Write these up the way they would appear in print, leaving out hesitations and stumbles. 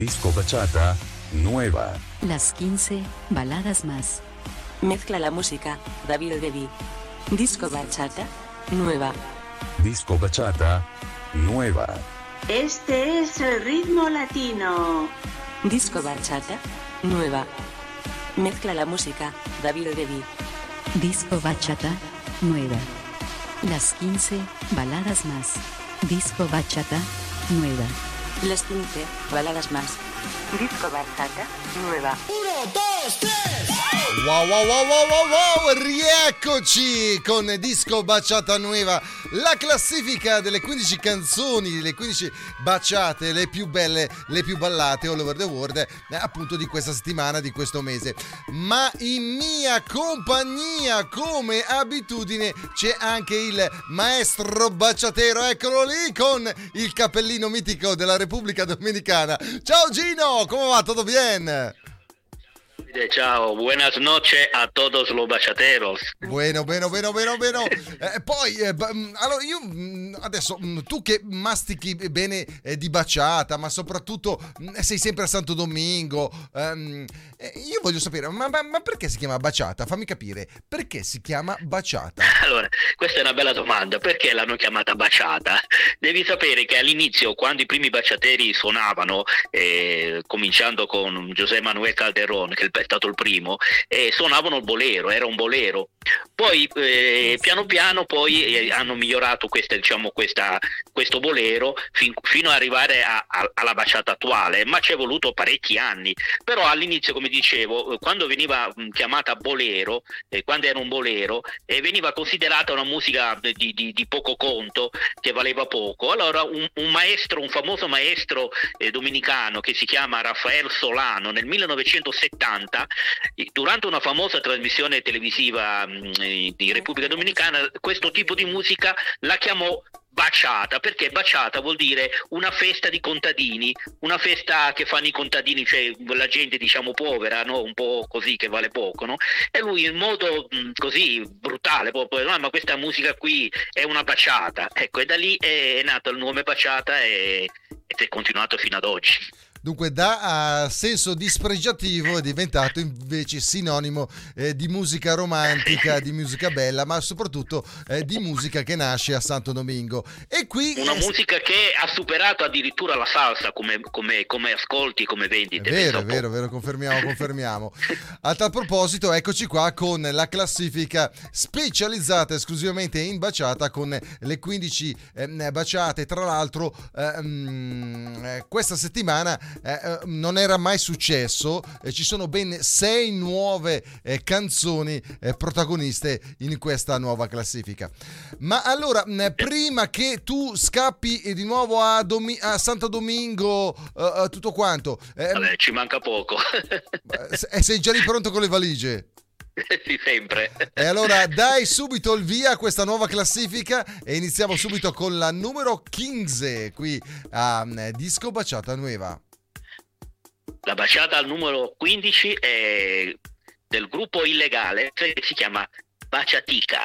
Disco bachata nueva. Las 15 baladas más. Mezcla la música, David Devi. Disco bachata nueva. Disco bachata nueva. Este es el ritmo latino. Disco bachata nueva. Mezcla la música, David Devi. Disco bachata nueva. Las 15 baladas más. Disco bachata nueva. Las 15 baladas más. Disco bachata nueva. Wow, wow, wow, wow, wow, wow, rieccoci con Disco Baciata Nuova, la classifica delle 15 canzoni, le 15 baciate, le più belle, le più ballate all over the world, appunto di questa settimana, di questo mese. Ma in mia compagnia, come abitudine, c'è anche il maestro baciatero, eccolo lì, con il cappellino mitico della Repubblica Dominicana. Ciao Gino, come va? Tutto bene? Ciao, buenas noches a todos los bachateros. Bueno. Allora io adesso, tu che mastichi bene di baciata, ma soprattutto sei sempre a Santo Domingo, io voglio sapere, ma perché si chiama baciata? Fammi capire, perché si chiama baciata? Allora, questa è una bella domanda, perché l'hanno chiamata baciata? Devi sapere che all'inizio, quando i primi baciateri suonavano, cominciando con José Manuel Calderón, che è stato il primo, suonavano il bolero, era un bolero. Poi piano piano poi hanno migliorato questo bolero fino ad arrivare alla baciata attuale, ma ci è voluto parecchi anni. Però all'inizio, come dicevo, quando veniva chiamata bolero, quando era un bolero, veniva considerata una musica di poco conto, che valeva poco. Allora un famoso maestro dominicano che si chiama Rafael Solano, nel 1970, durante una famosa trasmissione televisiva di Repubblica Dominicana, questo tipo di musica la chiamò baciata, perché baciata vuol dire una festa di contadini, una festa che fanno i contadini, cioè la gente diciamo povera, no? Un po' così, che vale poco, no? E lui in modo così brutale proprio, no, ma questa musica qui è una baciata, ecco, e da lì è nato il nome baciata ed è continuato fino ad oggi. Dunque da senso dispregiativo è diventato invece sinonimo di musica romantica, di musica bella, ma soprattutto di musica che nasce a Santo Domingo. E qui una musica che ha superato addirittura la salsa come ascolti, come vendite. È vero, confermiamo. A tal proposito, eccoci qua con la classifica specializzata esclusivamente in baciata, con le 15 baciate. Tra l'altro questa settimana non era mai successo, ci sono ben 6 nuove canzoni protagoniste in questa nuova classifica. Ma allora, prima che tu scappi di nuovo a Santo Domingo, tutto quanto, vabbè, ci manca poco. Sei già lì pronto con le valigie? Sì, sempre. E allora dai subito il via a questa nuova classifica e iniziamo subito con la numero 15 qui a Disco Baciata Nuova. La baciata al numero 15 è del gruppo Illegale, che si chiama Baciatica.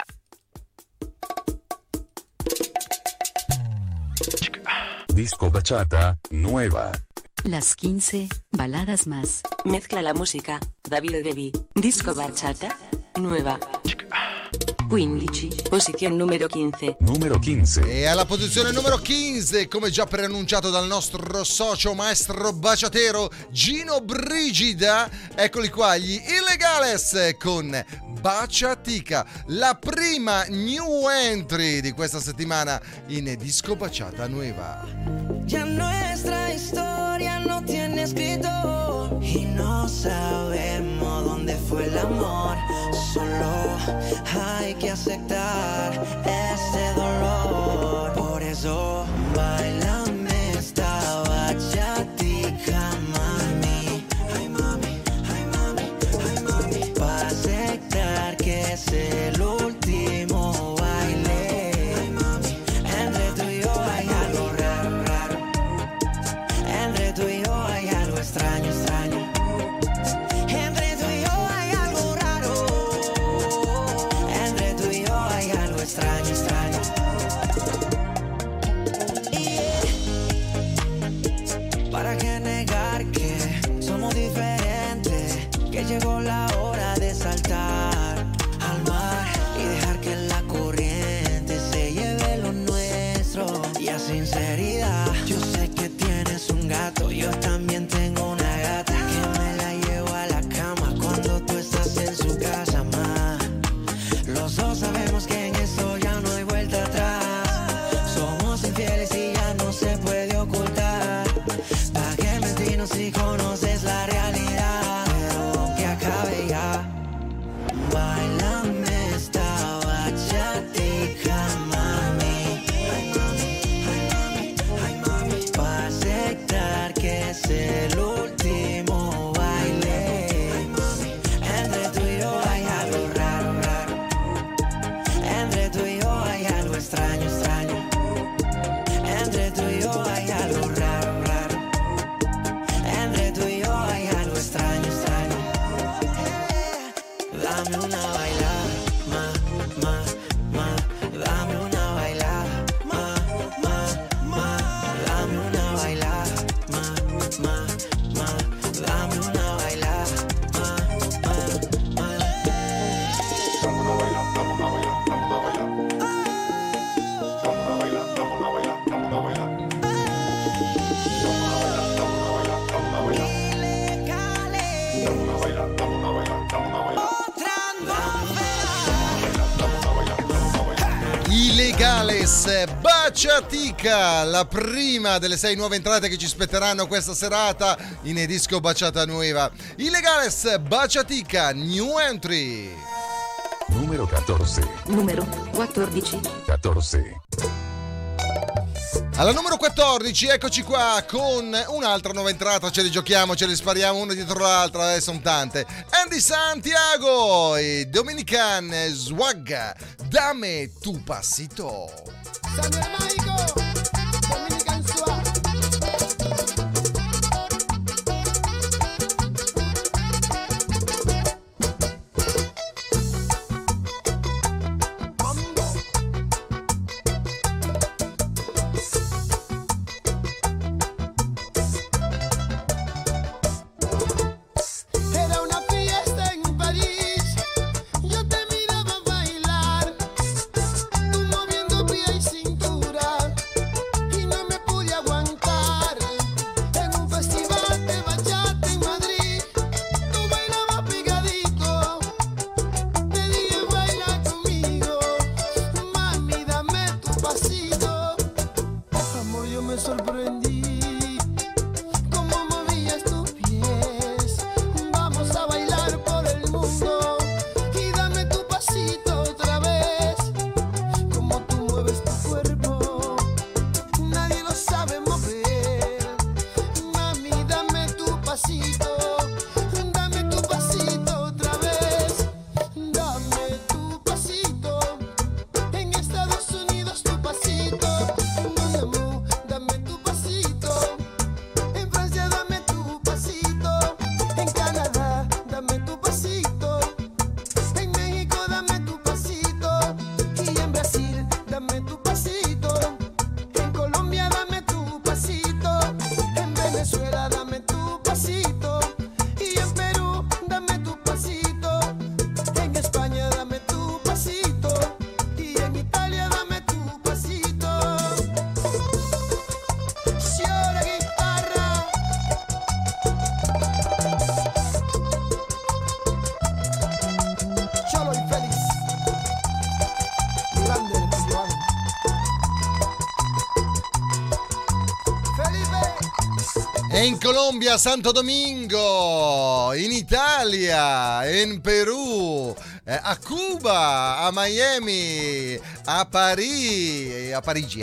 Disco bachata nueva. Las 15 baladas más. Mezcla la música, David Devi. Disco bachata nueva. 15, posizione numero 15. Numero 15. E alla posizione numero 15, come già preannunciato dal nostro socio maestro baciatero Gino Brigida, eccoli qua gli Illegales con Baciatica, la prima new entry di questa settimana in Disco Baciata Nueva. Ya nuestra historia no tiene escritor y no sabemos dónde fue el amor. Solo hay que aceptar este dolor. Por eso bailame esta bachatica, mami. Ay, mami, ay, mami, ay, mami. Pa' aceptar que es el último baile. Ay, mami, entre tú y yo hay algo raro, raro. Entre tú y yo hay algo extraño, extraño. Entre tú y yo hay algo raro. Entre tú y yo hay algo extraño. también tengo una gata que me la llevo a la cama cuando tú estás en su casa, ma. Los dos sabemos que en esto ya no hay vuelta atrás. Somos infieles y ya no se puede ocultar. ¿Pa' qué mentirnos si conoces la realidad? Pero que acabe ya. Bailame esta bachatica, mami. Ay, mami, ay, mami, ay, mami. Pa' aceptar que es el último baile. Ay, mami. Entre tú y yo hay algo raro, raro. Entre tú y yo hay algo extraño, extraño. Entre tú y yo hay algo raro, raro. Entre tú y yo hay algo extraño, extraño. Dame una bailada, ma, ma, ma. Dame una bailada, ma, ma, ma. Dame una bailada, ma, ma, ma. Dame una bailada, ma, ma, ma. Ilegales, Baciatica, la prima delle 6 nuove entrate che ci aspetteranno questa serata in Disco Bachata Nueva. Ilegales, Baciatica, new entry. Numero 14. Numero 14. 14. Alla numero 14, eccoci qua con un'altra nuova entrata, ce le giochiamo, ce le spariamo una dietro l'altra, sono tante. Andy Santiago e Dominican Swag, Dame tu pasito. Era una fiesta en París, yo te miraba bailar, tú moviendo pie y cintura, y no me pude aguantar. En un festival de bachata en Madrid, tú bailabas pegadito, te dije baila conmigo, mami dame tu pasito. Amor, yo me sorprendí cómo movías tus pies. Vamos a bailar por el mundo y dame tu pasito otra vez. Como tú mueves tu cuerpo, nadie lo sabe mover. Mami, dame tu pasito otra vez. Dame tu pasito. En Estados Unidos tu pasito. Mon amour, dame tu pasito. En Francia dame tu pasito. En Canadá dame tu pasito. En México dame tu pasito. Y en Brasil dame tu pasito. En Colombia dame tu pasito. En Venezuela dame tu pasito. Y en Perú dame tu pasito. En España dame tu pasito. Y en Italia dame tu pasito. Si ahora guitarra. Cholo y Félix. Grande el peruano. Felipe. E in Colombia, Santo Domingo, in Italia, in Perù, a Cuba, a Miami, a Parigi,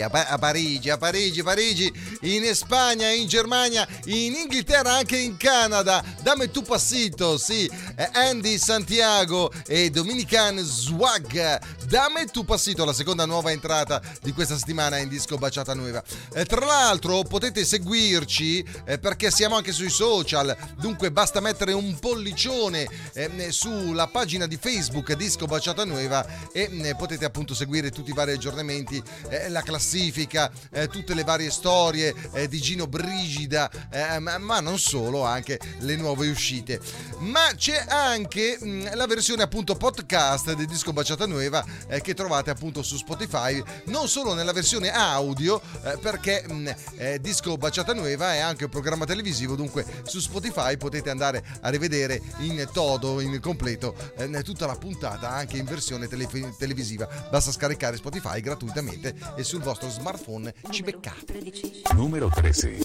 in Spagna, in Germania, in Inghilterra, anche in Canada. Dame tu pasito, sì, Andy Santiago e Dominican Swag. Dame tu pasito, la seconda nuova entrata di questa settimana in Disco Bachata Nueva. Tra l'altro potete seguirci perché siamo anche sui social, dunque basta mettere un pollicione sulla pagina di Facebook Disco Bachata Nueva e potete appunto seguire tutti i vari aggiornamenti, la classifica, tutte le varie storie di Gino Brigida, ma non solo, anche le nuove uscite. Ma c'è anche la versione appunto podcast di Disco Bachata Nueva che trovate appunto su Spotify, non solo nella versione audio, perché Disco Baciata Nueva è anche un programma televisivo, dunque su Spotify potete andare a rivedere in todo, in completo, tutta la puntata anche in versione televisiva. Basta scaricare Spotify gratuitamente e sul vostro smartphone ci beccate. Número 13.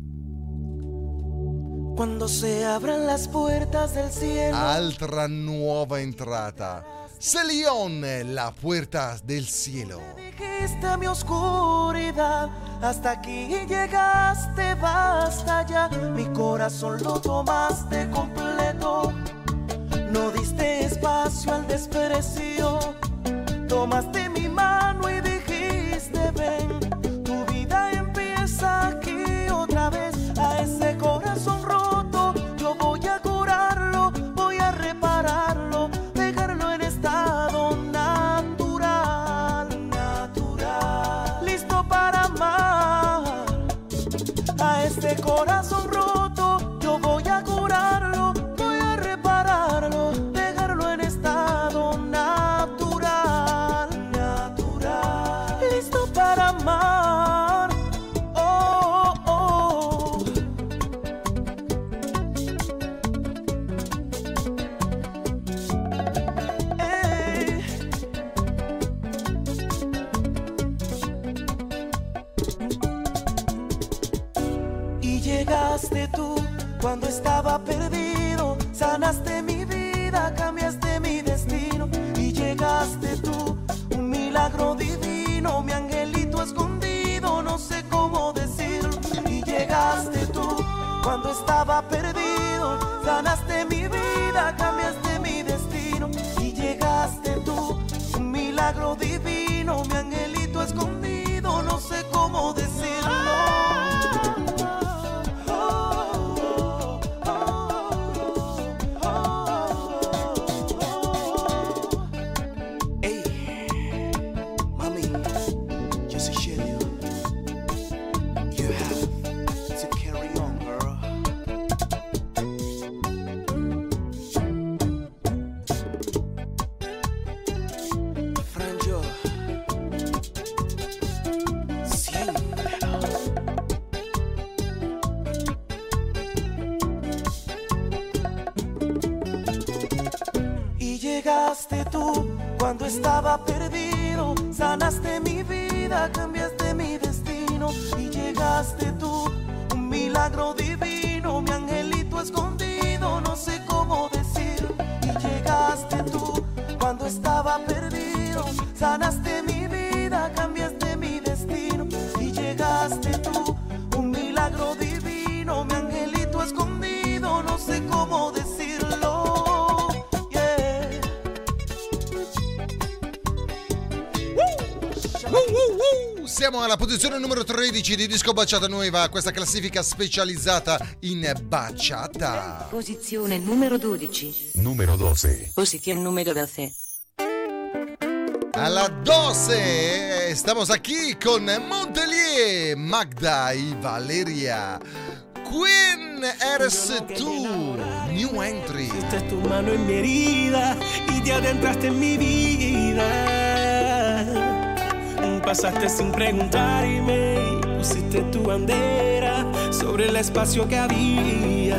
Cuando se abran las puertas del cielo. Altra nuova entrata. Celion, La Puerta del Cielo. Dijiste mi oscuridad, hasta aquí llegaste, basta ya. Mi corazón lo tomaste completo, no diste espacio al desprecio. Tomaste mi mano y dijiste ven, tu vida empieza aquí otra vez. A ese corazón roto yo voy a curarlo, voy a repararlo, dejarlo en estado natural, natural. Listo para amar. A este corazón roto yo voy a curarlo, voy a repararlo, dejarlo en estado natural, natural. Listo para amar. Oh, oh, oh. Ey. Y llegaste tú cuando estaba perdido, sanaste mi vida, cambiaste mi destino. Y llegaste tú, un milagro divino, mi angelito escondido, no sé cómo decirlo. Y llegaste tú cuando estaba perdido, sanaste mi vida, cambiaste mi destino. Y llegaste tú, un milagro divino, mi angelito escondido, no sé cómo decirlo. Llegaste tú cuando estaba perdido, sanaste mi vida, cambiaste mi destino. Y llegaste tú, un milagro divino, mi angelito escondido, no sé cómo decir. Y llegaste tú cuando estaba perdido, sanaste mi vida, cambiaste mi destino. Y llegaste tú, un milagro divino, mi angelito escondido, no sé cómo decirlo. Siamo alla posizione numero 13 di Disco Baciata Nuova, questa classifica specializzata in baciata. Posizione numero 12. Número 12. Posición número 12. Alla 12 estamos aquí con Montelier, Magda y Valeria. ¿Quién eres tú? New entry. Pusiste tu mano en mi herida y te adentraste en mi vida. Pasaste sin preguntarme y pusiste tu bandera sobre el espacio que había.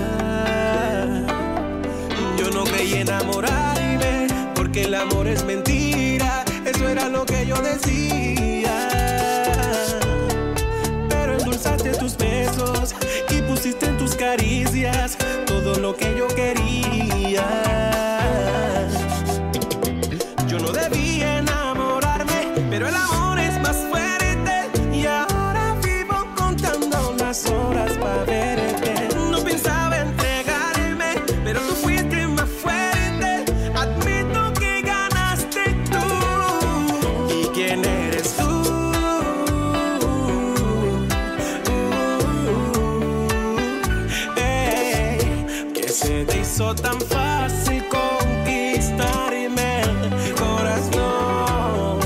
Yo no creí enamorarme porque el amor es mentira, eso era lo que yo decía. Pero endulzaste tus besos y pusiste en tus caricias todo lo que yo quería. Yo no debía enamorarme, pero el amor es más fuerte y ahora vivo contando las horas para verte. No pensaba entregarme, pero tú fuiste más fuerte. Admito que ganaste tú. ¿Y quién eres tú? Que se te hizo tan fácil conquistarme, corazón.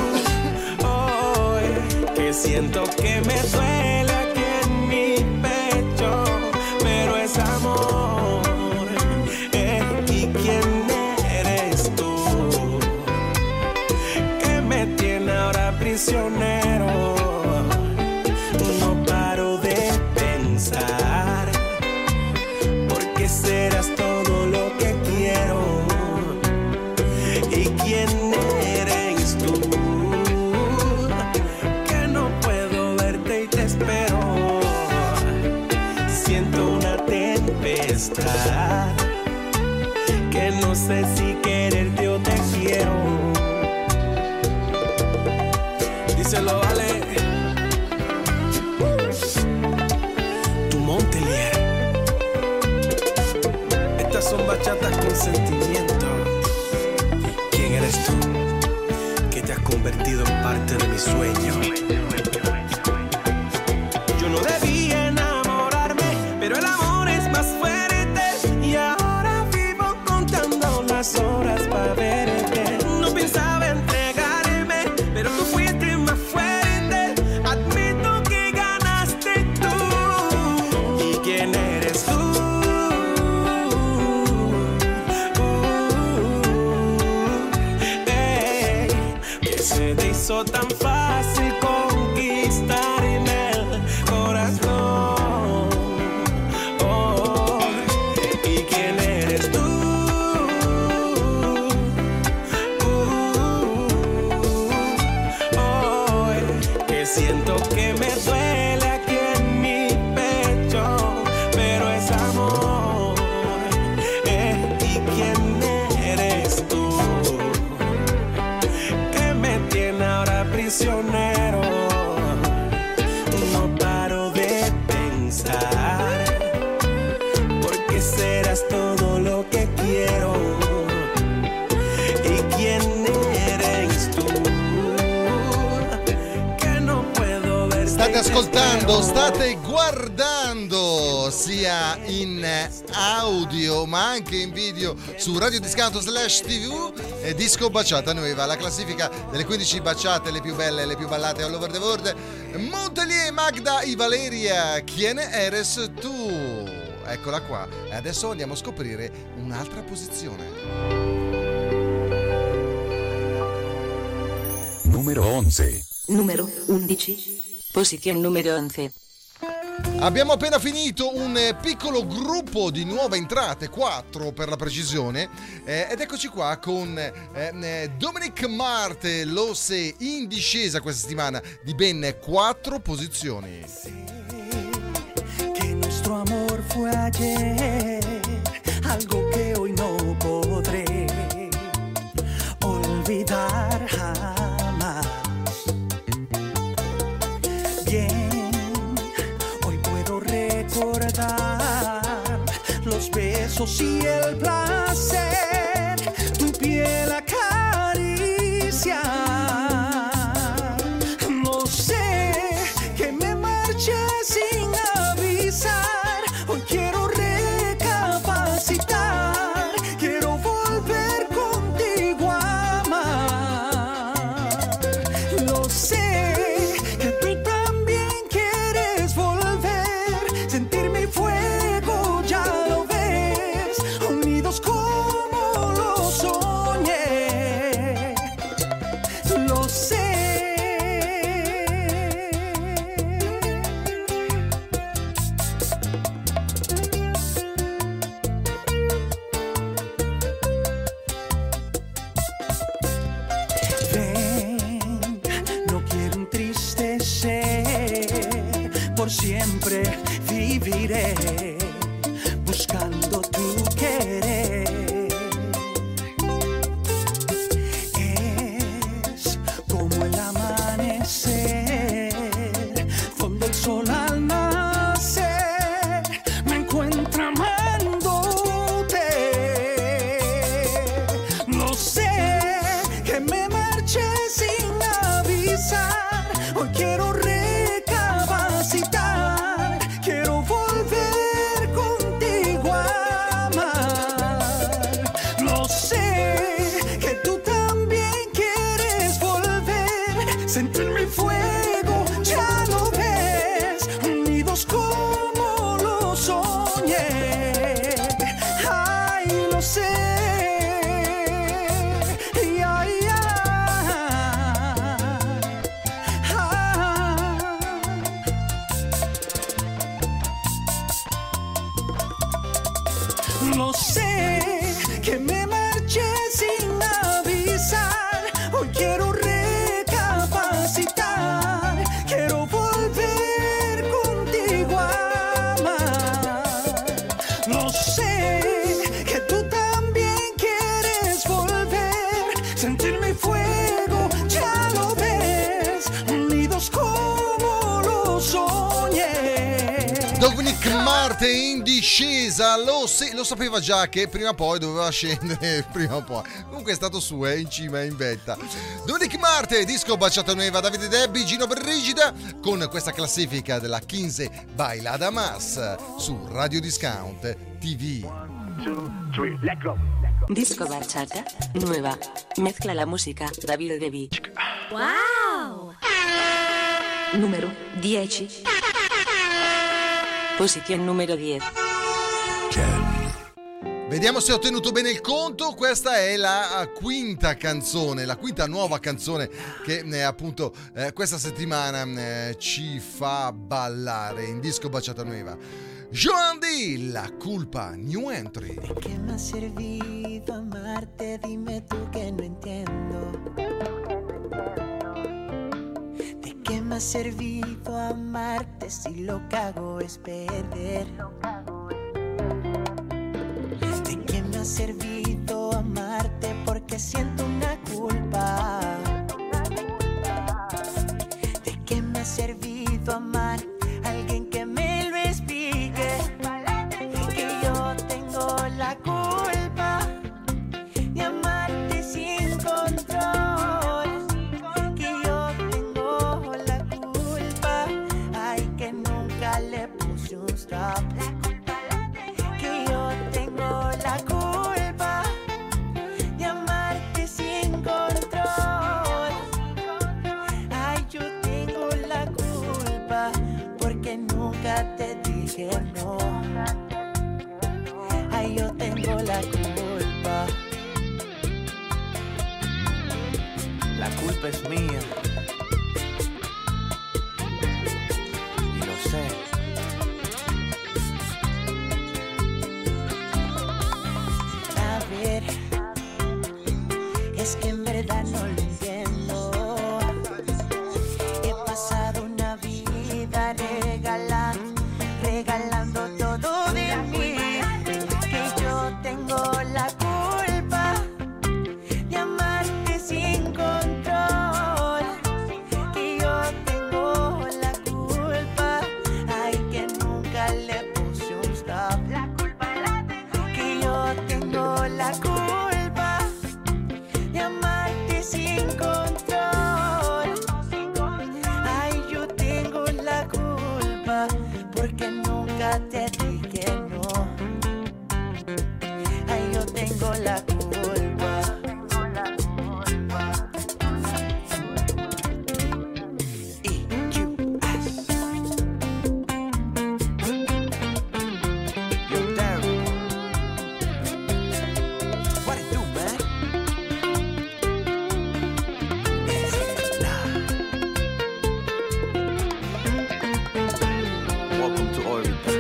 Siento que me duele aquí en mi pecho. prisionero. No paro de pensar, porque serás todo lo que quiero. ¿Y quién eres tú? Que no puedo verte y te espero. Siento una tempestad, que no sé si quererte o te quiero. Díselo, vale. Tu Montelier. Estas son bachatas con sentimiento. ¿Quién eres tú? Que te has convertido en parte de mi sueño. Yo no debía enamorarme, pero el amor es más fuerte. Y ahora vivo contando las horas para verte. No pensaba entregarme, pero tú fuiste más fuerte. Admito que ganaste tú. ¿Y quién eres tú? Que se te hizo tan fácil conquistarme el corazón. ¿Y quién eres tú? Que siento que me duele aquí en mi pecho, pero es amor. ¿Y quién eres tú? Que me tiene ahora prisionero. No paro de pensar, porque serás todo lo que quiero. ¿Y quién eres tú? Que no puedo ver. State ascoltando, state guardando sia in audio ma anche in video su Radio Discanto /TV Disco Baciata Nuova, la classifica delle 15 baciate, le più belle, le più ballate all over the world. Montelier, Magda e Valeria, ¿quién eres tú? Eccola qua. E adesso andiamo a scoprire un'altra posizione. Numero 11. Numero 11. Posición número 11. Abbiamo appena finito un piccolo gruppo di nuove entrate, 4 per la precisione, ed eccoci qua con Dominic Marte, Lo sé, in discesa questa settimana di ben 4 posizioni. Que nuestro amor fue ayer, algo que hoy no podré olvidar jamás. Bien, hoy puedo recordar los besos y el placer, tu piel acariciar. No sé que me marché sin avisar. Hoy quiero recapacitar, quiero volver contigo a amar. Lo sé que tú también quieres volver, sentir mi fuego, ya lo ves, unidos como lo soñé. Lo sé. Ven, no quiero entristecer, por siempre viviré buscando tu querer. Es como el amanecer, donde el sol al nacer me encuentra amándote. No sé que me marché sin avisar. Hoy quiero recapacitar, quiero volver contigo a amar. Lo sé que tú también quieres volver, sentir mi fuego, ya lo ves, unidos como lo soñé. Ay, lo sé. quiero recapacitar, quiero volver contigo a amar. Lo sé que tú también quieres volver, sentir mi fuego, ya lo ves, unidos como lo soñé. Dominic Martin in discesa, lo sapeva già che prima o poi doveva scendere, prima o poi. Comunque è stato su, in cima, in vetta. Dominic Martin, disco Baciata Nueva, Davide Debbie, Gino Brigida, con questa classifica della 15 Bailada Más su Radio Discount TV. 1, 2, 3, let's go. Disco Bachata Nueva. Mezcla la música David Debbie. Wow! Numero 10. Posizione numero 10. Vediamo se ho tenuto bene il conto. Questa è la quinta canzone, la quinta nuova canzone che appunto questa settimana ci fa ballare in disco Baciata Nueva. Joan D, La Culpa, New Entry. ¿De qué me ha servido amarte? Dime tú que no entiendo. ¿De qué me ha servido amarte si lo que hago es perder? ¿De qué me ha servido amarte? Porque siento una culpa. ¿De qué me ha servido amar a alguien que me lo explique? Que yo tengo la culpa de amarte sin control. Que yo tengo la culpa, ay, que nunca le puse un stop. Que yo tengo la culpa de amarte sin control. Ay, yo tengo la culpa porque nunca te dije no. Ay, yo tengo la culpa. La culpa es mía. Y lo sé. A ver, es que en verdad no lo entiendo. He pasado una vida regalando todo de mí. Que yo tengo la culpa de amarte sin control. Que yo tengo la culpa, ay, que nunca le puse un stop. Que yo tengo la culpa de amarte sin control. Ay, yo tengo la culpa porque nunca te dije no. Ay, yo tengo la culpa. Yo, Darryl. What it do, man? Welcome to Orbit.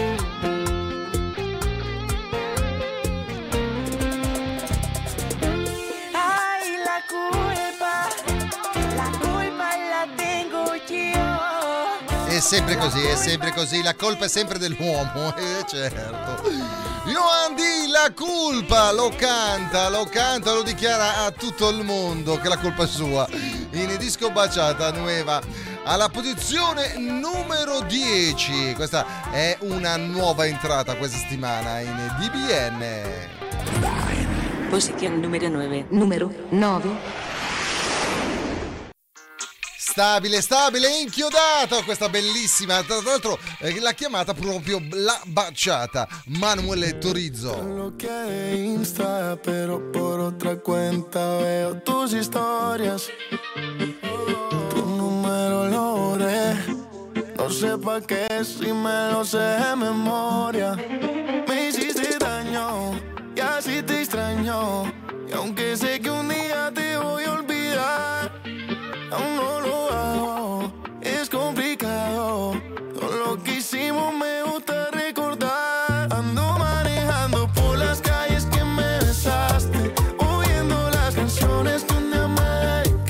Ay, la culpa la tengo yo. È sempre così, la colpa è sempre dell'uomo, certo. Joan D, La Culpa, lo canta, lo dichiara a tutto il mondo che la colpa è sua. In disco Baciata Nueva, alla posizione numero 10. Questa è una nuova entrata questa settimana in DBN. Posizione numero 9. Numero 9. Stabile, inchiodato questa bellissima, tra l'altro l'ha chiamata proprio La Baciata, Manuel Torizzo. Lo que de Insta, pero por otra cuenta veo tus historias. Tu número lo borré, no sé pa' qué si me lo sé de memoria. Me hiciste daño y así te extraño. Y aunque sé que un día te voy a olvidar, aún no lo hago, es complicado. Todo lo que hicimos me gusta recordar. Ando manejando por las calles que me besaste, oyendo las canciones que un día me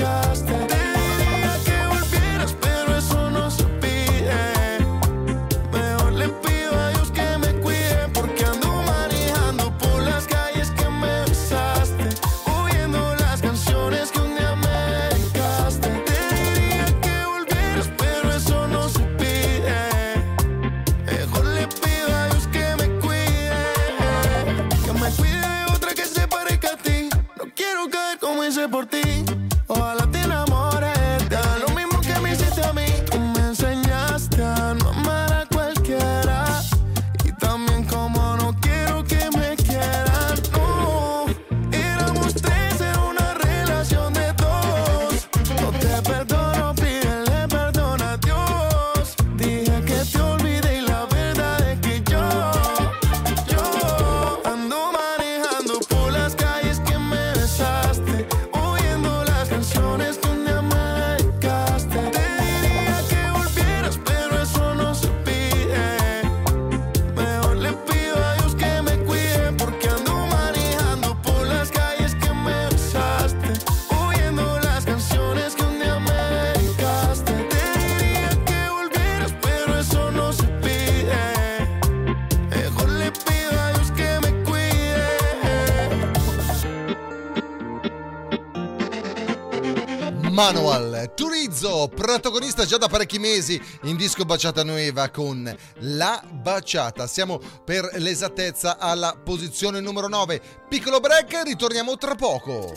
Manuel Turizo, protagonista già da parecchi mesi in disco Bachata Nueva con La Bachata. Siamo per l'esattezza alla posizione numero 9. Piccolo break, ritorniamo tra poco.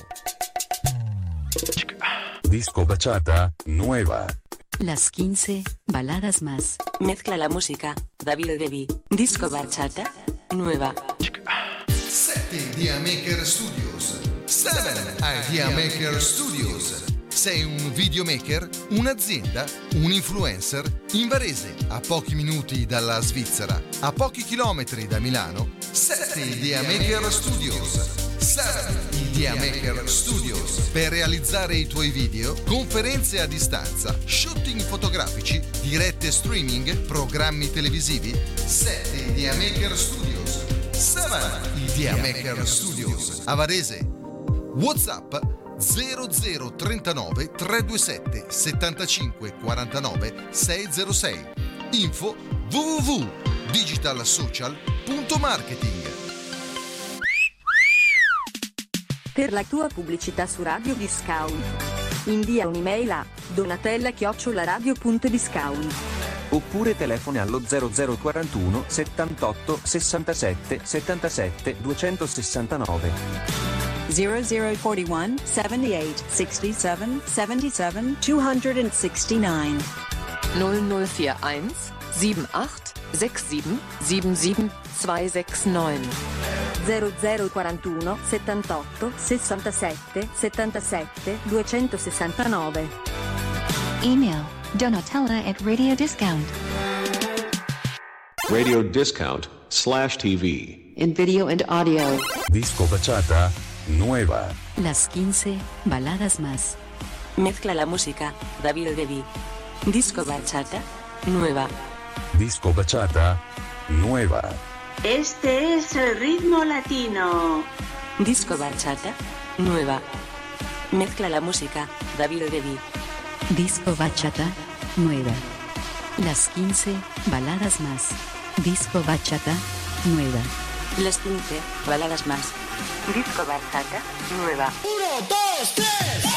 Disco Bachata Nueva. Las 15 baladas más. Mezcla la música. David Devi. Disco Bachata Nueva. 7 Idea Maker Studios. 7 Idea Maker Studios. Sei un videomaker, un'azienda, un influencer? In Varese, a pochi minuti dalla Svizzera, a pochi chilometri da Milano, 7 Idea Maker Studios. 7 Idea Maker Studios. Per realizzare i tuoi video, conferenze a distanza, shooting fotografici, dirette streaming, programmi televisivi, 7 Idea Maker Studios. 7 Idea Maker Studios. A Varese. WhatsApp 0039 327 75 49 606. Info www.digitalsocial.marketing. Per la tua pubblicità su Radio Discount, invia un'email a donatella@radio.discount. Oppure telefona allo 0041 78 67 77 269. 0041 78 67 77 269. 0041 78 67 77 269. 0041 78 67 77 269. Email donatella@radiodiscount. Radio Discount/TV. In video and audio. Disco Bachata Nueva. Las 15 baladas más. Mezcla la música. David Devi. Disco Bachata Nueva. Disco Bachata Nueva. Este es el ritmo latino. Disco Bachata Nueva. Mezcla la música. David Devi. Disco Bachata Nueva. Las 15 baladas más. Disco Bachata Nueva. Las 15 baladas más. Disco Bachata Nueva. 1, 2, 3.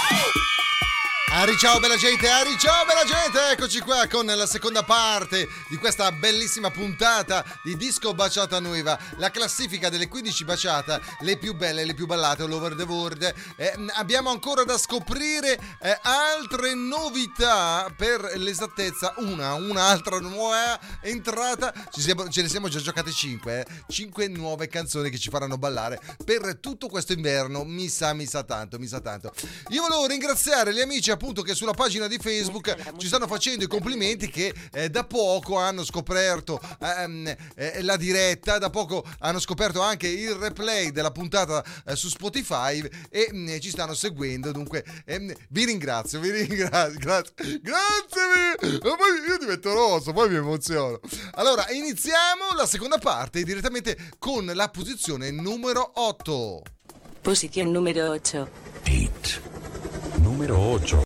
Ciao bella gente, ciao bella gente, eccoci qua con la seconda parte di questa bellissima puntata di Disco Bachata Nueva, la classifica delle 15 baciata, le più belle, le più ballate all over the world. Abbiamo ancora da scoprire altre novità, per l'esattezza un'altra nuova entrata, ce ne siamo già giocate 5 nuove canzoni che ci faranno ballare per tutto questo inverno, mi sa tanto. Io volevo ringraziare gli amici appunto che sulla pagina di Facebook ci stanno facendo i complimenti, che da poco hanno scoperto la diretta, da poco hanno scoperto anche il replay della puntata su Spotify e ci stanno seguendo, dunque vi ringrazio, grazie, io divento rosso, poi mi emoziono. Allora iniziamo la seconda parte direttamente con la posizione numero 8. Posizione numero 8. Numero 8.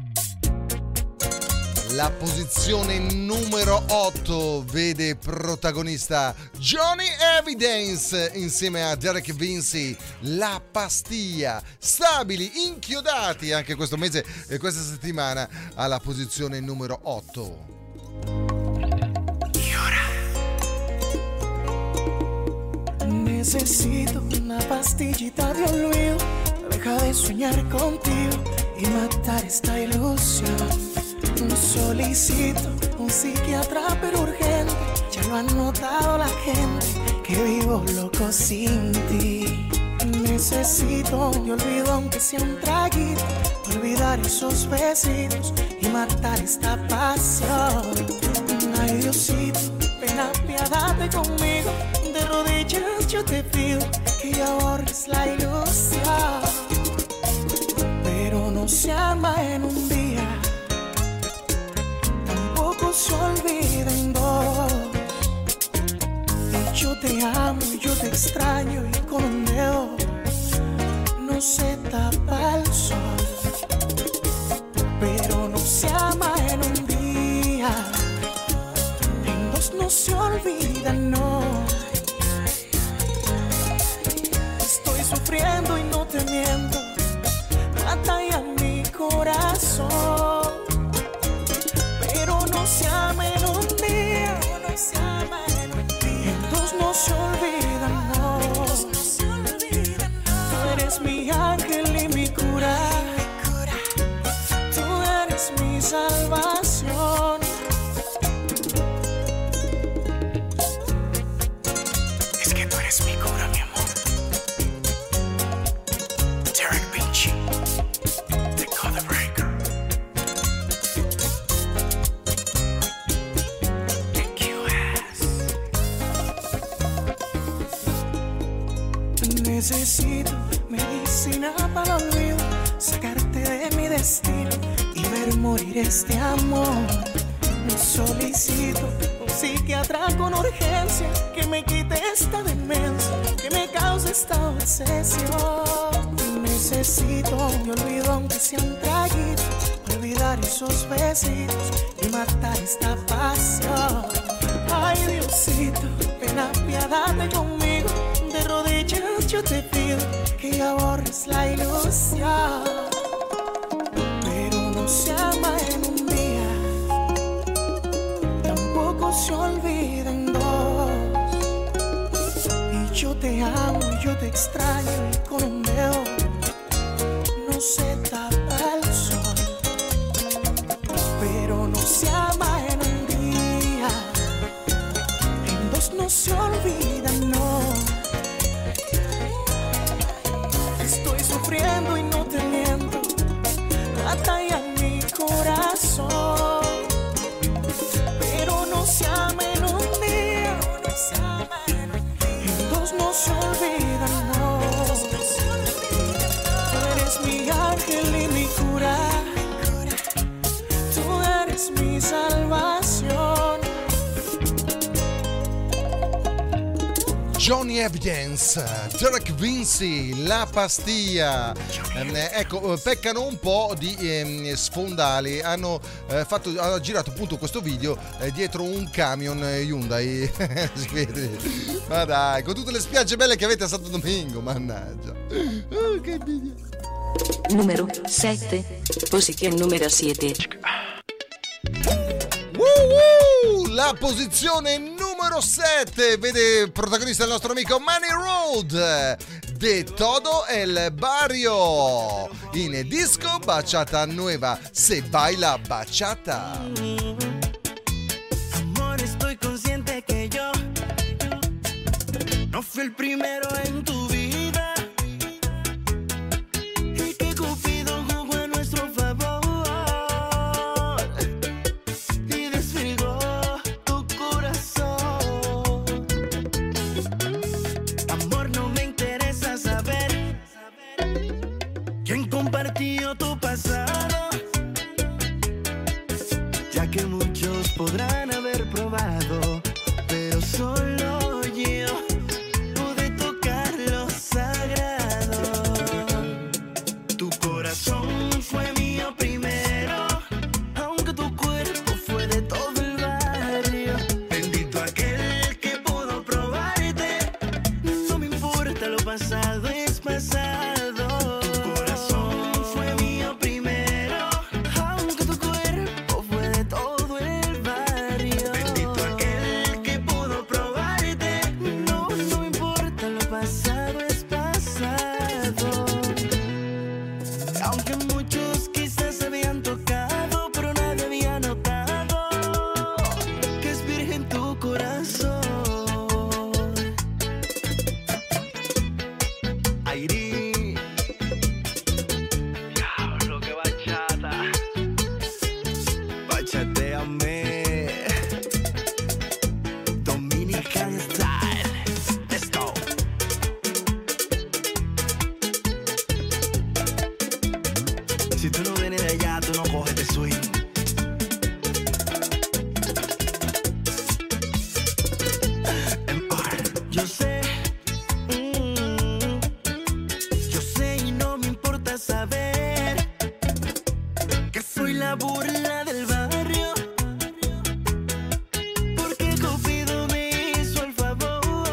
La posizione numero 8 vede protagonista Johnny Evidence insieme a Derek Vinci, La Pastiglia, stabili, inchiodati anche questo mese e questa settimana alla posizione numero 8. Necesito una pastillita de olvido, deja de soñar contigo y matar esta ilusión. Solicito un psiquiatra pero urgente, ya lo ha notado la gente, que vivo loco sin ti. Necesito, te olvido aunque sea un traguito, olvidar esos besitos y matar esta pasión. Ay Diosito, ven apiádate conmigo, de rodillas yo te pido que ya borres la ilusión. Pero no se ama en un día, tampoco se olvida en dos. Y yo te amo y yo te extraño y con un dedo no se tapa el sol. Pero no se ama en un día, en dos no se olvida, no. Estoy sufriendo y no te miento, mata ya mi corazón. eres mi ángel y mi cura. Tú eres mi salvación. Es que tú eres mi cura, mi amor. Derek Beachy, The Color Breaker. Necesito medicina para el olvido, sacarte de mi destino y ver morir este amor. Solicito un psiquiatra con urgencia que me quite esta demencia, que me cause esta obsesión. Necesito mi olvido aunque sea un traguito, olvidar esos besitos y matar esta pasión. Ay Diosito, ven apiádate conmigo, de rodillas yo te pido que ya borres la ilusión. Pero no se ama en un día, tampoco se olvida en dos. Y yo te amo y yo te extraño y con un dedo no se tapa el sol. Pero no se ama en un día, en dos no se olvida, no. Estoy sufriendo y no te miento, batalla mi corazón. Pero no se ama en un día, en dos no se olvida, no. Tú eres mi ángel y mi cura, tú eres mi salvación. Johnny Evidence, Derek Vinci, La Pastiglia. Ecco, peccano un po' di sfondali. Hanno girato appunto questo video dietro un camion Hyundai. Si vede. Ma dai, con tutte le spiagge belle che avete a Santo Domingo, mannaggia. Oh, che video. Numero 7. Posición número 7. La posizione numero 7 vede protagonista il nostro amico Manny Road, De Todo el Barrio, in Disco Bachata Nueva, Se Baila Bachata. Amor, estoy consciente que yo no fui el primero en tu vida y que Cupido jugó a nuestro favor y desfiguró tu corazón. Amor, no me interesa saber quién compartió tu pasado, ya que muchos podrán haber probado, pero solo yo pude tocar lo sagrado. Tu corazón fue mío primero, aunque tu cuerpo fue de todo el barrio. Bendito aquel que pudo probarte, no me importa lo pasado, es pasado. Tu corazón fue mío primero, aunque tu cuerpo fue de todo el barrio. Bendito aquel que pudo probarte, no me importa lo pasado, es pasado. Aunque muchos quizás habían tocado, pero nadie había notado que es virgen tu corazón. Airi, diablo, que bachata, bachateame, Dominican style, let's go. Si tú no vienes de allá, tú no coges de swing. Yo sé, yo sé y no me importa saber que soy la burla del barrio, porque Cupido me hizo el favor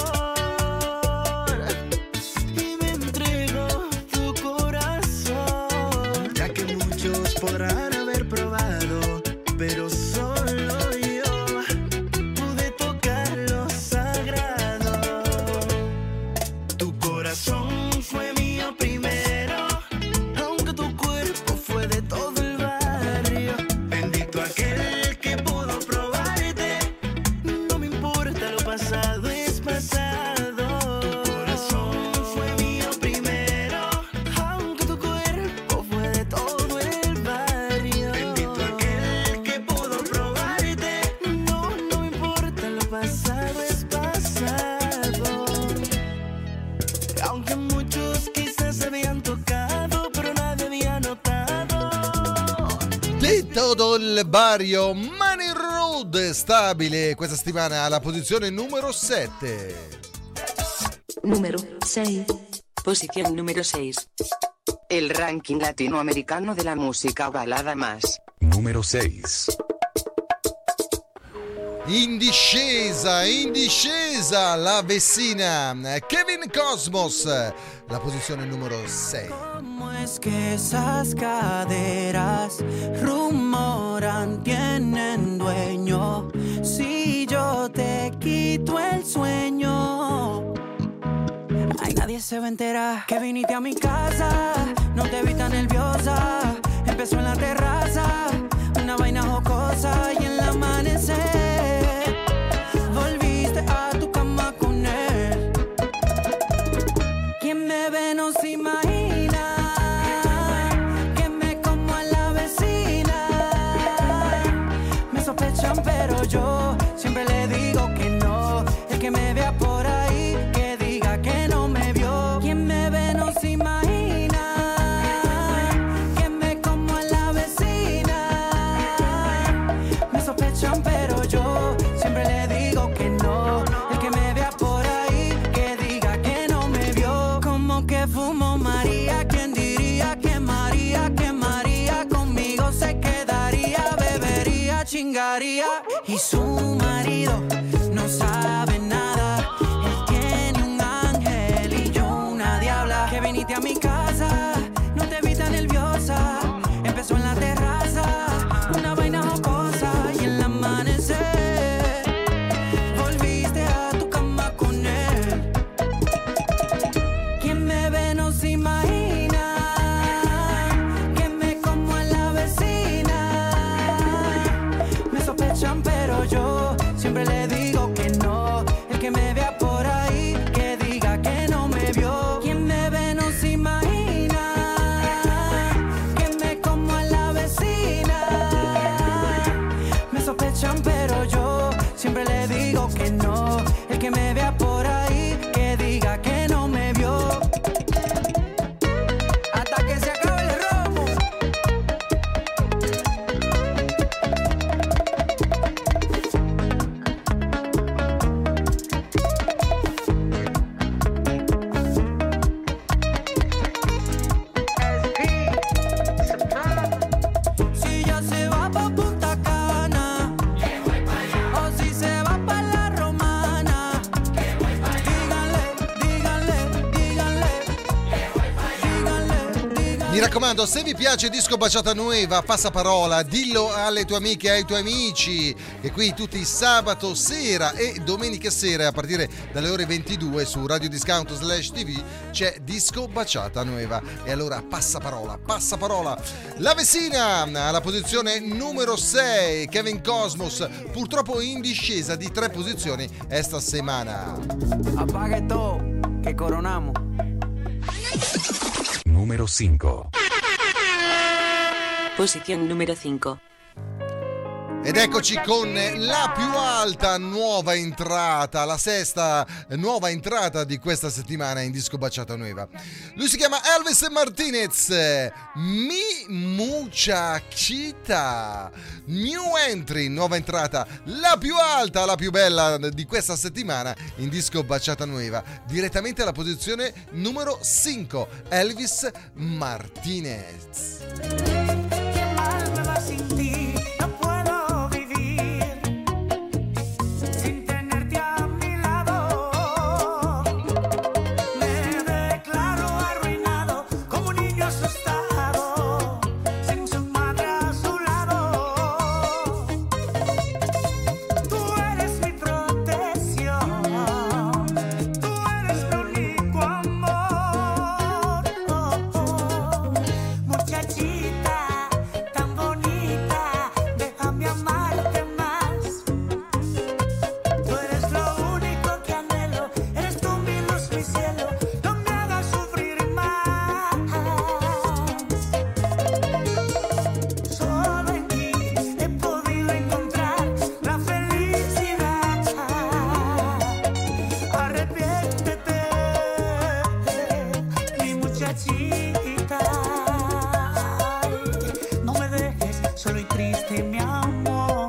y me entregó tu corazón, ya que muchos podrán haber probado, pero solo yo pude tocar lo sagrado. Tu corazón fue mío primero. Di todo il barrio, Money Road, stabile questa settimana alla posizione numero 7. Número 6. Posición número 6. El ranking latinoamericano de la música balada más. Número 6. In discesa, la vecina, Kevin Cosmos, la posizione numero 6. ¿Cómo es que esas caderas rumoran, tienen dueño? Si yo te quito el sueño, ay, nadie se va a enterar que viniste a mi casa. No te vi tan nerviosa, empezó en la terraza, una vaina jocosa y en el amanecer volviste a tu cama con él. Quien me ve no se imagina que me como a la vecina. Me sospechan pero yo siempre le digo que no. El que me vea por ahí que diga que no me vio. Quien me ve no se imagina que me como a la vecina. Me sospechan pero yo siempre le digo que no. El que me vea por ahí que diga que no me vio. Como que fumo María, ¿quién diría que María conmigo se quedaría? Bebería, chingaría y su marido no sabe nada. Él tiene un ángel y yo una diabla. Que viniste a mi casa, no te vi tan nerviosa. Empezó en la terraza, una vaina jocosa y en el amanecer volviste a tu cama con él. Quien me ve no se imagina que me como a la vecina. Me sospechan pero yo siempre le digo que no. El que me vea por ahí que diga que no me vio. Quien me ve no se imagina que me como a la vecina. Me sospechan pero yo siempre le digo que no. El que me vea por ahí que diga que no me vio. Hasta que se acabe el romo. Si ya se va pa' Punta Cana, o si se va pa' La Romana, díganle. Mi raccomando, se vi piace Disco Baciata Nueva, passaparola, dillo alle tue amiche e ai tuoi amici che qui tutti sabato sera e domenica sera a partire dalle ore 22 su Radio Discount /TV c'è Disco Baciata Nueva. E allora passaparola. La vecina alla posizione numero 6, Kevin Cosmos, purtroppo in discesa di 3 posizioni esta settimana. Apaga todo, que coronamos. Número 5. Posición número 5. Ed eccoci con la più alta nuova entrata, la sesta nuova entrata di questa settimana in Disco Baciata Nueva. Lui si chiama Elvis Martinez, Mi Muchachita. New entry, nuova entrata, la più alta, la più bella di questa settimana in Disco Baciata Nueva. Direttamente alla posizione numero 5, Elvis Martinez. Muchachita triste, mi amor.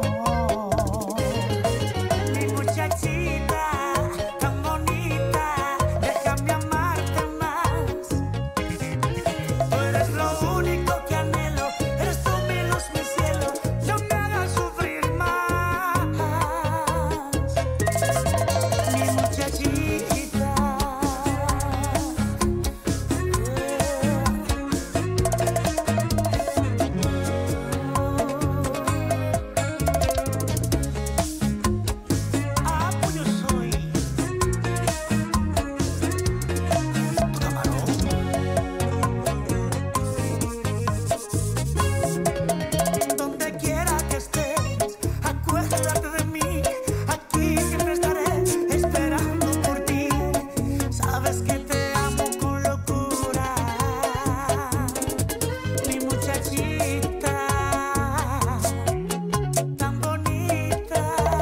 Mi muchachita tan bonita, déjame amarte más. Tú eres lo único que anhelo, eres tú mi luz, mi cielo, no me hagas sufrir más. Mi muchachita. Ah, pues yo soy donde quiera que estés, acuérdate de mí. Aquí siempre estaré esperando por ti. Sabes que te amo con locura, mi muchachita tan bonita.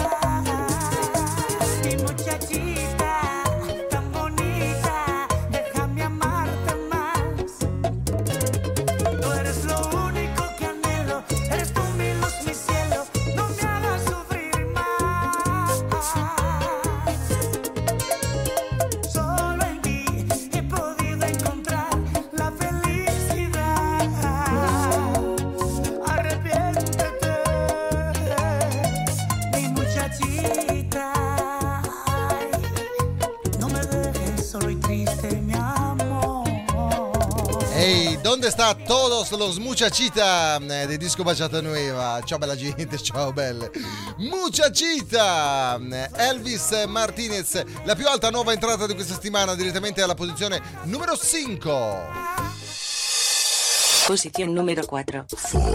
Mi muchachita tan bonita, déjame amarte más. Tú eres lo único que anhelo, eres tú mi luz, mi cielo, no me hagas sufrir más. Solo en ti he podido encontrar la felicidad. Arrepiéntete, mi muchachita. Ay, no me dejes solo y triste, mi amor. Hey, ¿dónde está todos los muchachita de Disco Bachata Nueva? Ciao bella gente, ciao belle. Muchachita, Elvis Martinez, la più alta nuova entrata di questa settimana, direttamente alla posizione numero 5. Posición número 4.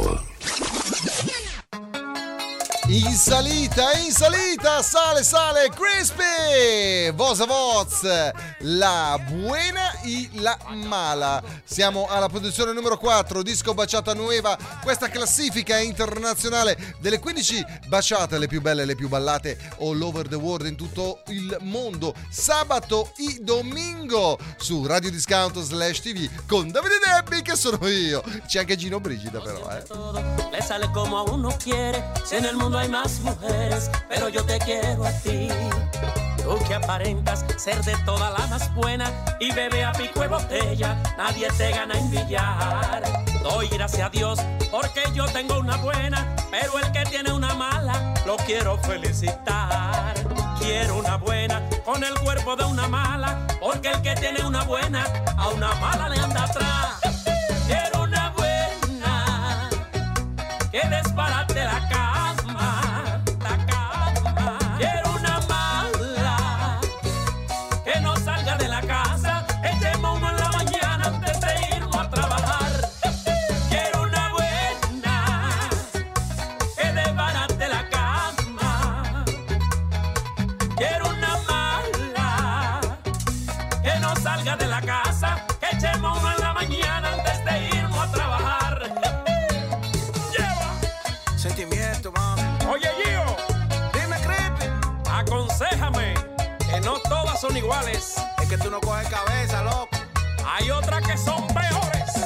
In salita, sale, Crispy, voz a voz, la buena y la mala. Siamo alla posizione numero 4, Disco Bachata Nueva, questa classifica internazionale delle 15 baciate, le più belle, le più ballate all over the world, in tutto il mondo, sabato e domingo su Radio Discount /TV con Davide Debbi, che sono io. C'è anche Gino Brigida però, Le sale como a uno quiere, si en el mundo hay más mujeres, pero yo te quiero a ti. Tú que aparentas ser de toda la más buena y bebe a pico de botella, nadie te gana en billar. Doy gracias a Dios porque yo tengo una buena, pero el que tiene una mala lo quiero felicitar. Quiero una buena con el cuerpo de una mala, porque el que tiene una buena a una mala le anda atrás. Quiero una buena que desbarate la cama, la cama. Quiero una mala que no salga de la casa, echemos uno en la mañana antes de irnos a trabajar. Quiero una buena que desbarate la cama. Quiero una mala que no salga de la casa, echemos uno en la mañana antes de irnos a trabajar. Sentimiento, mami. Oye, Gio, Dime, Creepy. aconséjame que no todas son iguales. Es que tú no coges cabeza, loco. Hay otras que son peores.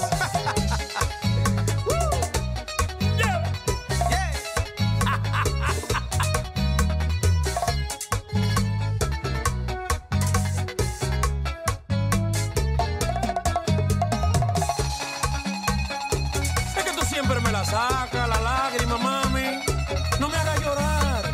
Es que tú siempre me la sacas, la lágrima, mami. No me hagas llorar.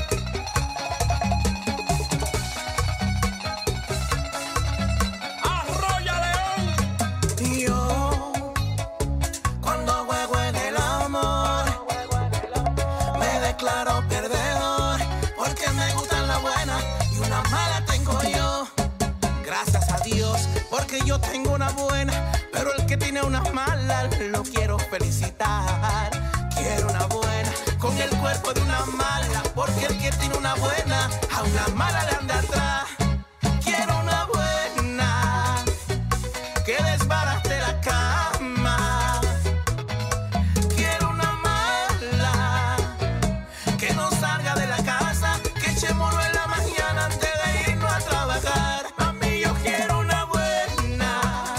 Arroya León. Y yo, cuando juego en el amor, me declaro perdedor, porque me gustan las buenas y una mala tengo yo. Gracias a Dios, porque yo tengo una buena, pero el que tiene una mala lo quiero felicitar. Quiero una buena con el cuerpo de una mala, porque el que tiene una buena a una mala le anda atrás. Quiero una buena que desbarate la cama. Quiero una mala que no salga de la casa, que echémonos en la mañana antes de irnos a trabajar. Mami, yo quiero una buena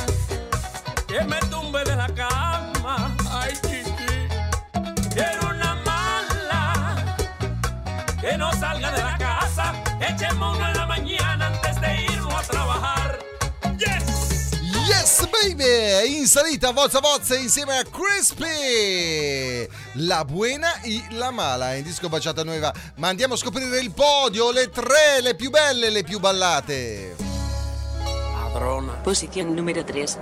Que me tumbe de la cama. Ay, chiqui. Quiero una mala in salita Voz a Voz insieme a Crispy, la buena y la mala in disco Bachata Nueva. Ma andiamo a scoprire il podio, le tre, le più belle, le più ballate. Padrona. Posición número 3.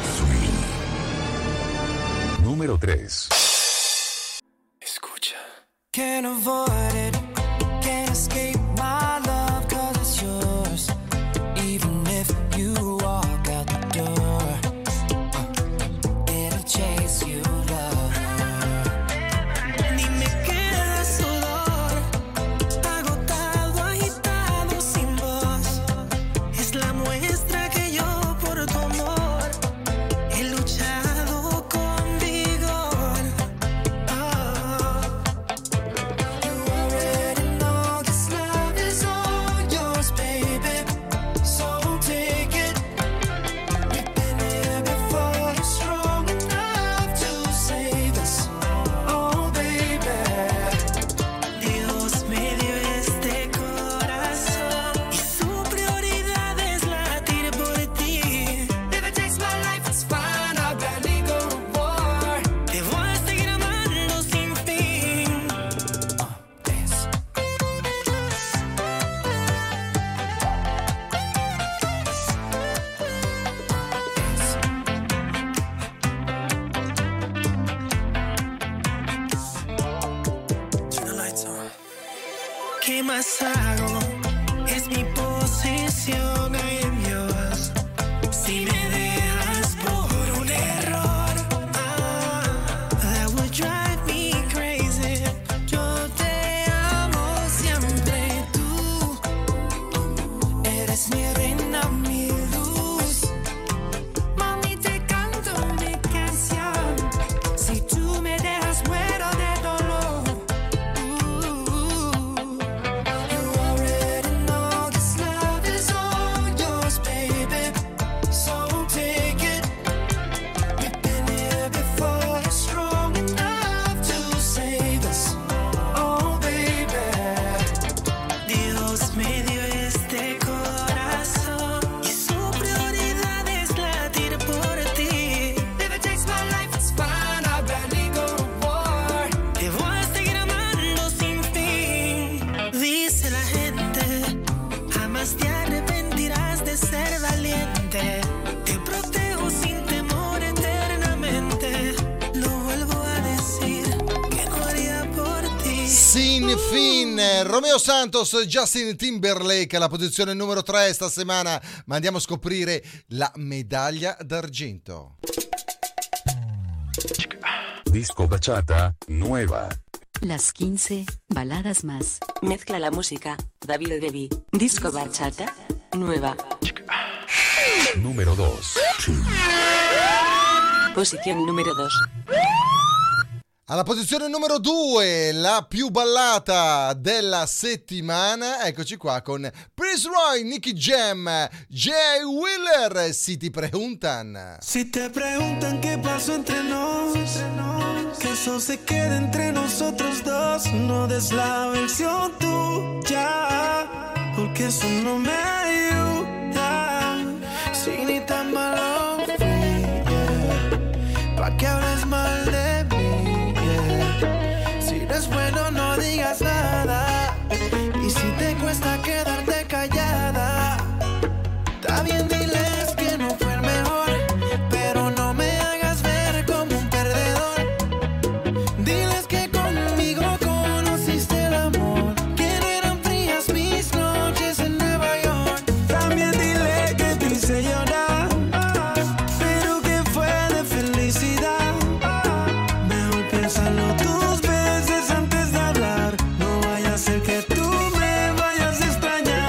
Número 3. Can't avoid it, can't escape my love, 'cause it's yours. Even if you walk out the door, it'll chase you, love. Dime qué das olor, agotado, agitado, sin voz. Es la muestra que yo por tu amor he luchado con vigor. ¿Qué más hago? Es mi posición, I am yours. Si me dejas por un error, that would drive me crazy. Yo te amo siempre, tú eres mi reina, mi luz. Mami, te canto mi canción. Si tú me dejas, muero de dolor. Romeo Santos, Justin Timberlake alla posizione numero 3 stasera, ma andiamo a scoprire la medaglia d'argento. Disco Bachata Nueva. Las 15 baladas más. Mezcla la música, David Devi. Disco Bachata Nueva. Número 2. Posición número 2. Alla posizione numero 2, la più ballata della settimana, eccoci qua con Prince Roy, Nicky Jam, Jay Wheeler, Si te preguntan. Si te preguntan qué pasó entre nos, que eso se quede entre nosotros dos, no des la versión tuya, porque eso no me ayuda. Si ni tan malo fui, yeah, pa' que hables mal de mí. Si no es bueno, no digas nada. Y si te cuesta quedarte callada, está bien, diles que no fue el mejor, pero no me hagas ver como un perdedor. Diles que conmigo conociste el amor, que no eran frías mis noches en Nueva York. También dile que te hice llorar, pero que fue de felicidad. Mejor piénsalo tus veces antes de hablar. No vaya a ser que tú me vayas a extrañar.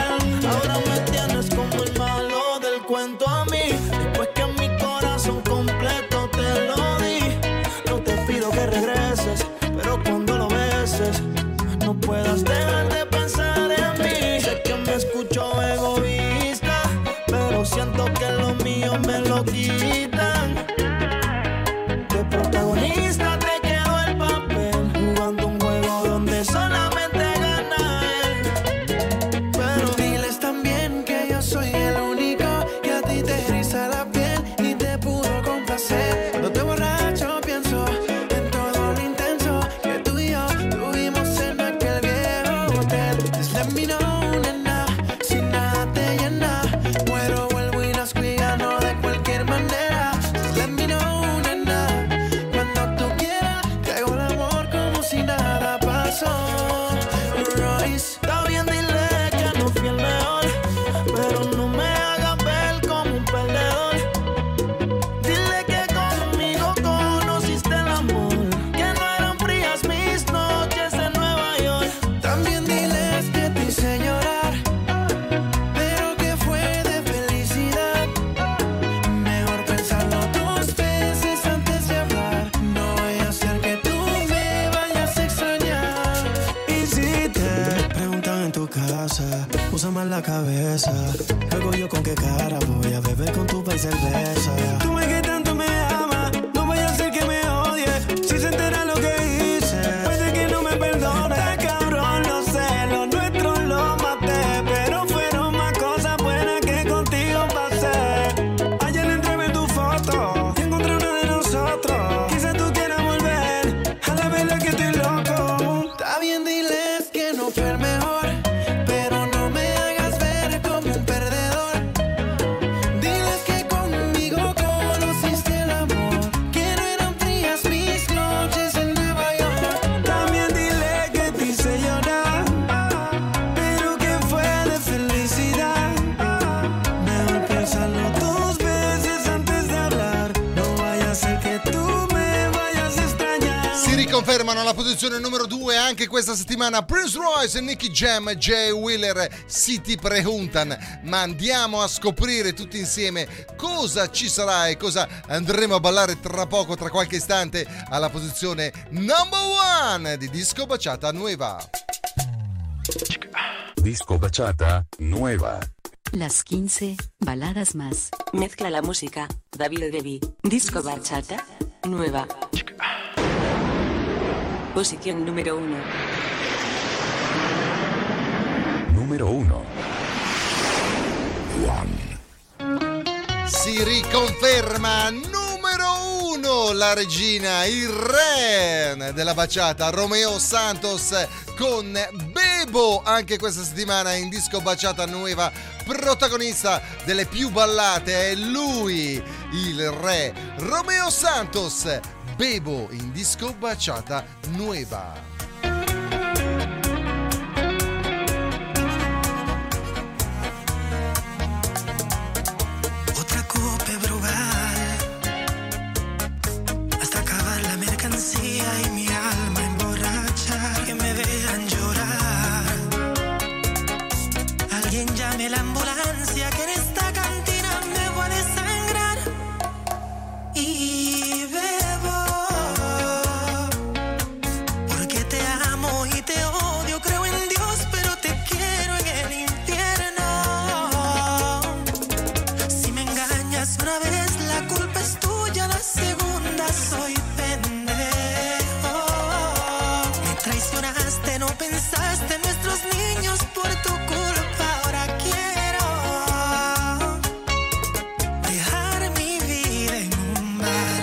casa, usa más la cabeza. Luego yo con qué cara voy a beber con tu país cerveza. Tú me que tanto me amas, no voy a hacer que me odie. Si se entera lo que hice, puede que no me perdone. Está cabrón, lo sé, lo nuestro lo maté, pero fueron más cosas buenas que contigo pasé. Ayer le entregué tu foto y encontré una de nosotros. Quizás tú quieras volver a la verdad que estoy loco. Está bien, diles que no fue el mejor, pero no me hagas ver como un perdedor. Diles que conmigo conociste el amor, que no eran frías mis noches en Nueva York. También dile que te hice llorar, pero que fue de felicidad. Mejor piénsalo 2 veces antes de hablar, no vaya a ser que tú me vayas a extrañar. Si riconfermano la posizione numero 2 anche questa settimana Prince Royce, Nicky Jam, Jay Wheeler, si ti preguntan. Ma andiamo a scoprire tutti insieme cosa ci sarà e cosa andremo a ballare tra poco, tra qualche istante, alla posizione number 1 di Disco Bachata Nueva. Disco Bachata Nueva. Las 15 baladas más. Mezcla la música, David Devi. Disco Bachata Nueva. Posición número 1. Número 1. Si riconferma numero 1 la regina, il re della baciata, Romeo Santos con Bebo, anche questa settimana in Disco Bachata Nueva, protagonista delle più ballate, è lui, il re Romeo Santos. Bebo in Disco Bachata Nueva. Otra copa brugal hasta acabar la mercancía y mi alma emborracha, que me vean llorar. Alguien llame la ambulancia, que en esta cantina me voy a desangrar. Y bebo porque te amo y te odio, creo en Dios pero te quiero en el infierno. Si me engañas una vez la culpa es tuya, la segunda soy pendejo. Me traicionaste, no pensaste en nuestros niños, por tu culpa ahora quiero dejar mi vida en un bar.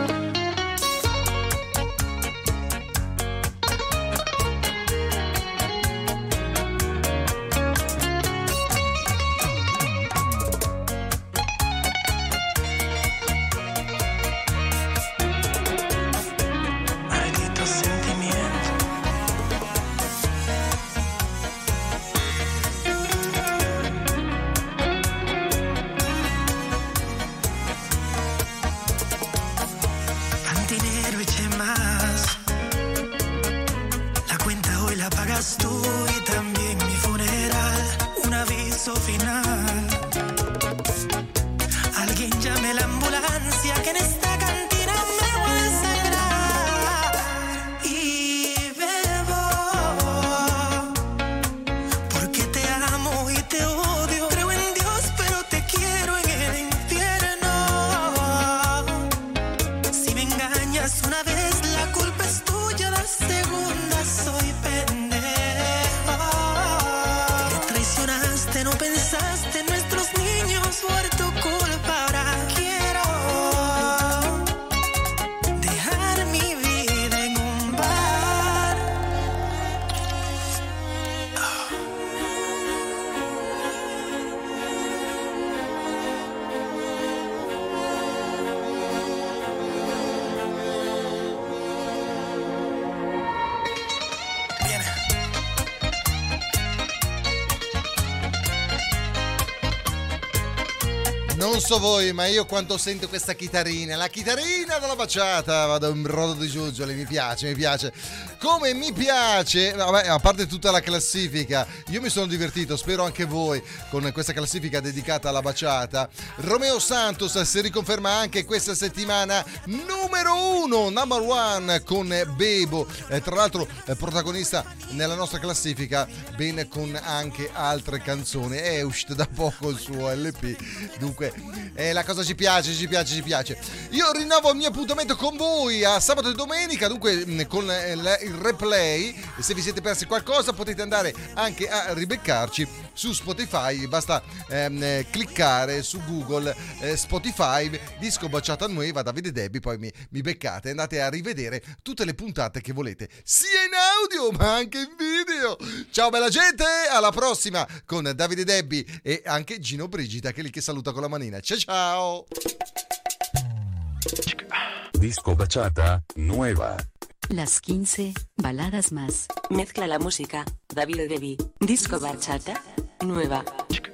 Maldito sentimiento. Cantinero, eché más. La cuenta hoy la pagas tú y también mi funeral. Un aviso final. Alguien llame la ambulancia, que en esta cantina me voy a desangrar. Y bebo porque te amo y te odio, creo en Dios pero te quiero en el infierno. Si me engañas una vez la culpa es tuya, la segunda soy pendejo. Me traicionaste, no pensaste Non so voi, ma io quando sento questa chitarrina, la chitarrina della baciata, vado in brodo di giuggiole, mi piace. Come mi piace, vabbè, a parte tutta la classifica, io mi sono divertito, spero anche voi, con questa classifica dedicata alla baciata. Romeo Santos si riconferma anche questa settimana numero 1, number one, con Bebo, tra l'altro protagonista nella nostra classifica, ben con anche altre canzoni. È uscito da poco il suo LP, dunque la cosa ci piace. Io rinnovo il mio appuntamento con voi a sabato e domenica, dunque con il replay. Se vi siete persi qualcosa potete andare anche a ribeccarci su Spotify, basta cliccare su Google Spotify Disco Baciata Nuova Davide Debbie, poi mi beccate, andate a rivedere tutte le puntate che volete, sia in audio ma anche in video. Ciao bella gente, alla prossima con Davide Debbie e anche Gino Brigida, che è lì che saluta con la manina. Ciao. Disco Bachata Nueva. Las 15 baladas más. Mezcla la música, David Debbie. Disco Bachata Nueva.